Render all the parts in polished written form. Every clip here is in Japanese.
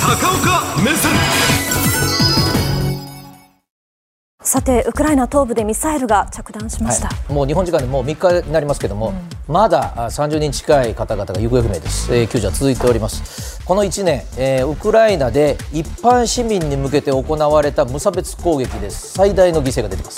高岡目線。 さてウクライナ東部でミサイルが着弾しました、 もう日本時間でもう3日になりますけども、まだ30人近い方々が行方不明です。救助は続いております。この1年、ウクライナで一般市民に向けて行われた無差別攻撃で最大の犠牲が出ています。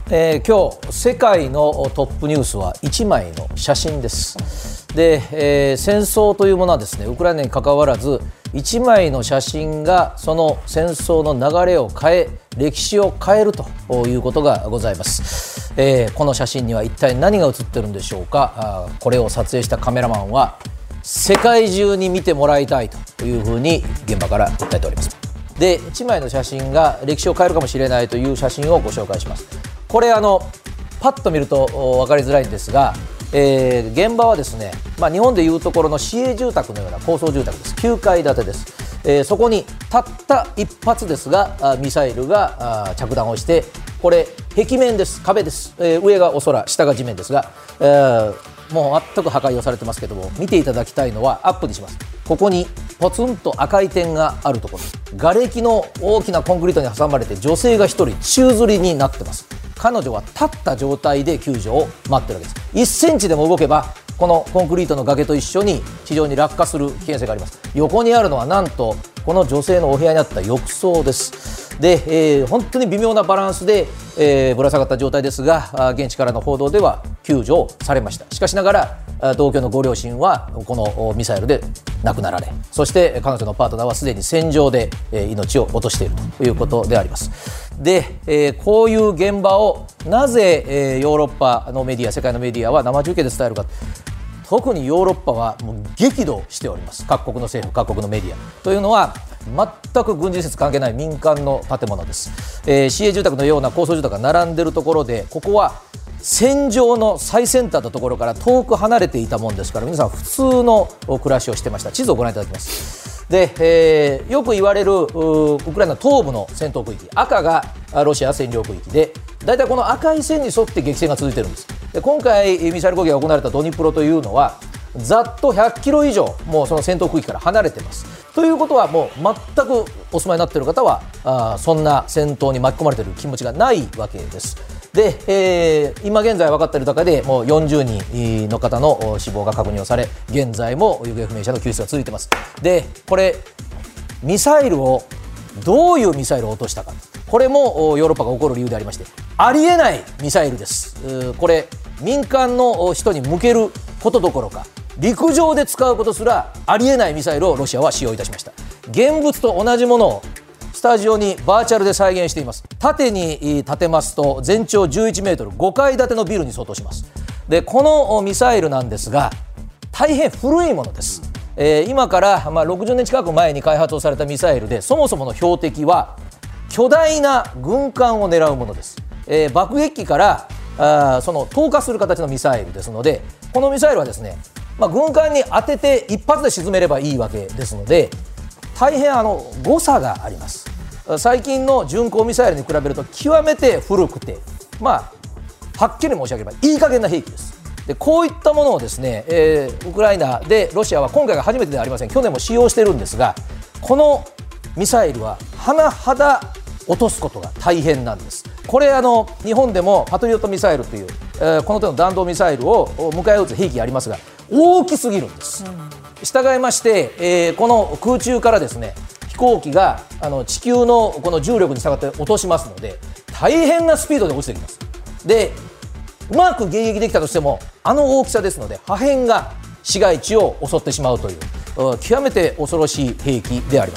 今日世界のトップニュースは1枚の写真です。で、戦争というものはですね、ウクライナに関わらず1枚の写真がその戦争の流れを変え、歴史を変えるということがございます。この写真には一体何が写ってるんでしょうか。これを撮影したカメラマンは世界中に見てもらいたいというふうに現場から訴えております。で、1枚の写真が歴史を変えるかもしれないという写真をご紹介します。これパッと見ると分かりづらいんですが、現場はですね、日本でいうところの市営住宅のような高層住宅です。9階建てです。そこにたった一発ですがミサイルが着弾をして、これ壁面です、壁です。上がお空、下が地面ですが、もう全く破壊をされてますけども、見ていただきたいのはアップにします。ここにポツンと赤い点があるところ、瓦礫の大きなコンクリートに挟まれて女性が1人宙吊りになってます。彼女は立った状態で救助を待っているわけです。1センチでも動けばこのコンクリートの崖と一緒に地上に落下する危険性があります。横にあるのはなんとこの女性のお部屋にあった浴槽です。で、本当に微妙なバランスで、ぶら下がった状態ですが、現地からの報道では救助をされました。しかしながら同居のご両親はこのミサイルで亡くなられ、そして彼女のパートナーはすでに戦場で命を落としているということであります。で、こういう現場をなぜヨーロッパのメディア、世界のメディアは生中継で伝えるか。特にヨーロッパはもう激怒しております。各国の政府、各国のメディアというのは全く軍事施設関係ない民間の建物です。市営住宅のような高層住宅が並んでいるところで、ここは戦場の最先端のところから遠く離れていたもんですから、皆さん普通の暮らしをしてました。地図をご覧いただきます。で、よく言われるウクライナ東部の戦闘区域、赤がロシア占領区域で、だいたいこの赤い線に沿って激戦が続いているんです。で、今回ミサイル攻撃が行われたドニプロというのはざっと100キロ以上もうその戦闘区域から離れています。ということはもう全くお住まいになっている方はそんな戦闘に巻き込まれている気持ちがないわけです。で、今現在分かっている中でもう40人の方の死亡が確認をされ、現在も行方不明者の救出が続いています。で、これミサイルをどういうミサイルを落としたか、これもヨーロッパが起こる理由でありまして、ありえないミサイルです。これ民間の人に向けることどころか陸上で使うことすらありえないミサイルをロシアは使用いたしました。現物と同じものをスタジオにバーチャルで再現しています。縦に立てますと全長11メートル、5階建てのビルに相当します。で、このミサイルなんですが大変古いものです。今から60年近く前に開発をされたミサイルで、そもそもの標的は巨大な軍艦を狙うものです。爆撃機からその投下する形のミサイルですので、このミサイルはですね、軍艦に当てて一発で沈めればいいわけですので、大変誤差があります。最近の巡航ミサイルに比べると極めて古くて、はっきり申し上げればいい加減な兵器です。で、こういったものをですね、ウクライナでロシアは今回が初めてではありません。去年も使用しているんですが、このミサイルは甚だ落とすことが大変なんです。これ日本でもパトリオットミサイルという、この手の弾道ミサイルを迎え撃つ兵器がありますが、大きすぎるんです。従いまして、この空中からですね、飛行機が地球のこの重力に従って落としますので、大変なスピードで落ちてきます。で、うまく迎撃できたとしても大きさですので、破片が市街地を襲ってしまうという極めて恐ろしい兵器であります。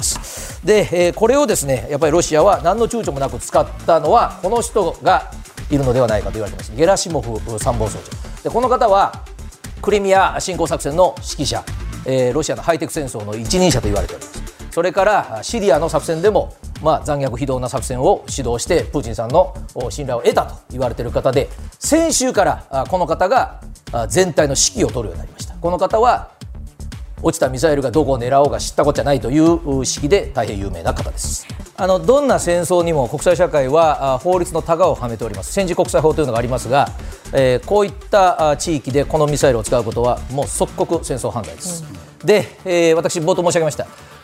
で、これをですね、やっぱりロシアは何の躊躇もなく使ったのはこの人がいるのではないかと言われています。ゲラシモフ参謀総長で、この方はクリミア侵攻作戦の指揮者、ロシアのハイテク戦争の一人者と言われております。それからシリアの作戦でも残虐非道な作戦を指導してプーチンさんの信頼を得たと言われている方で、先週からこの方が全体の指揮を取るようになりました。この方は落ちたミサイルがどこを狙おうが知ったこっちゃないという指揮で大変有名な方です。どんな戦争にも国際社会は法律のタガをはめております。戦時国際法というのがありますが、こういった地域でこのミサイルを使うことはもう即刻戦争犯罪です。で、私冒頭申し上げました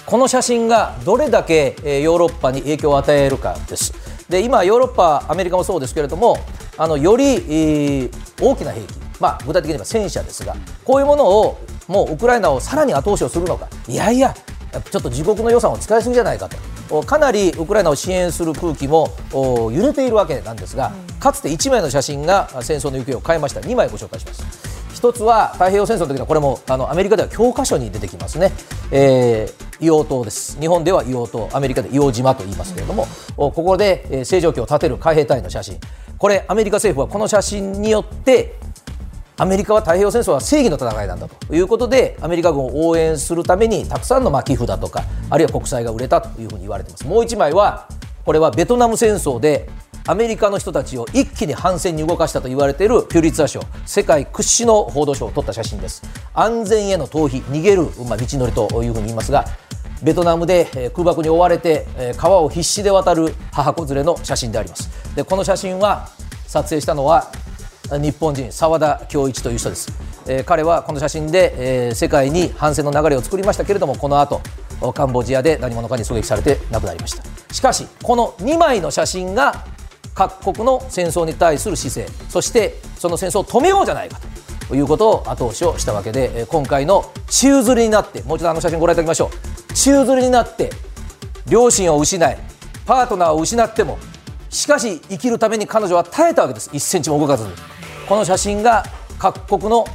この写真がどれだけヨーロッパに影響を与えるかです。で今ヨーロッパアメリカもそうですけれどもより、大きな兵器、具体的に言えば戦車ですがこういうものをもうウクライナをさらに後押しをするのか、いやいやちょっと自国の予算を使いすぎじゃないかとかなりウクライナを支援する空気も揺れているわけなんですが、かつて1枚の写真が戦争の行方を変えました。2枚ご紹介します。一つは太平洋戦争の時のこれもアメリカでは教科書に出てきますね、硫黄島です。日本では硫黄島、アメリカで硫黄島と言いますけれども、ここで正常期を立てる海兵隊の写真、これアメリカ政府はこの写真によってアメリカは太平洋戦争は正義の戦いなんだということでアメリカ軍を応援するためにたくさんの寄付だとかあるいは国債が売れたというふうに言われています。もう一枚はこれはベトナム戦争でアメリカの人たちを一気に反戦に動かしたと言われているピュリッツァー賞、世界屈指の報道賞を取った写真です。安全への逃避、逃げる、道のりというふうに言いますが、ベトナムで空爆に追われて川を必死で渡る母子連れの写真であります。でこの写真は撮影したのは日本人澤田恭一という人です。彼はこの写真で、世界に反戦の流れを作りましたけれども、この後カンボジアで何者かに狙撃されて亡くなりました。しかしこの2枚の写真が各国の戦争に対する姿勢、そしてその戦争を止めようじゃないかということを後押しをしたわけで、今回の宙づりになって、もう一度写真ご覧いただきましょう。宙づりになって両親を失いパートナーを失ってもしかし生きるために彼女は耐えたわけです。1センチも動かずに。この写真が各国の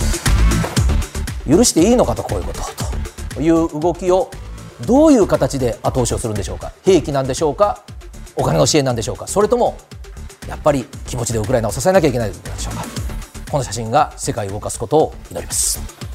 許していいのかと、こういうことという動きをどういう形で後押しをするんでしょうか。兵器なんでしょうか、お金の支援なんでしょうか、それともやっぱり気持ちでウクライナを支えなきゃいけないのでしょうか。この写真が世界を動かすことを祈ります。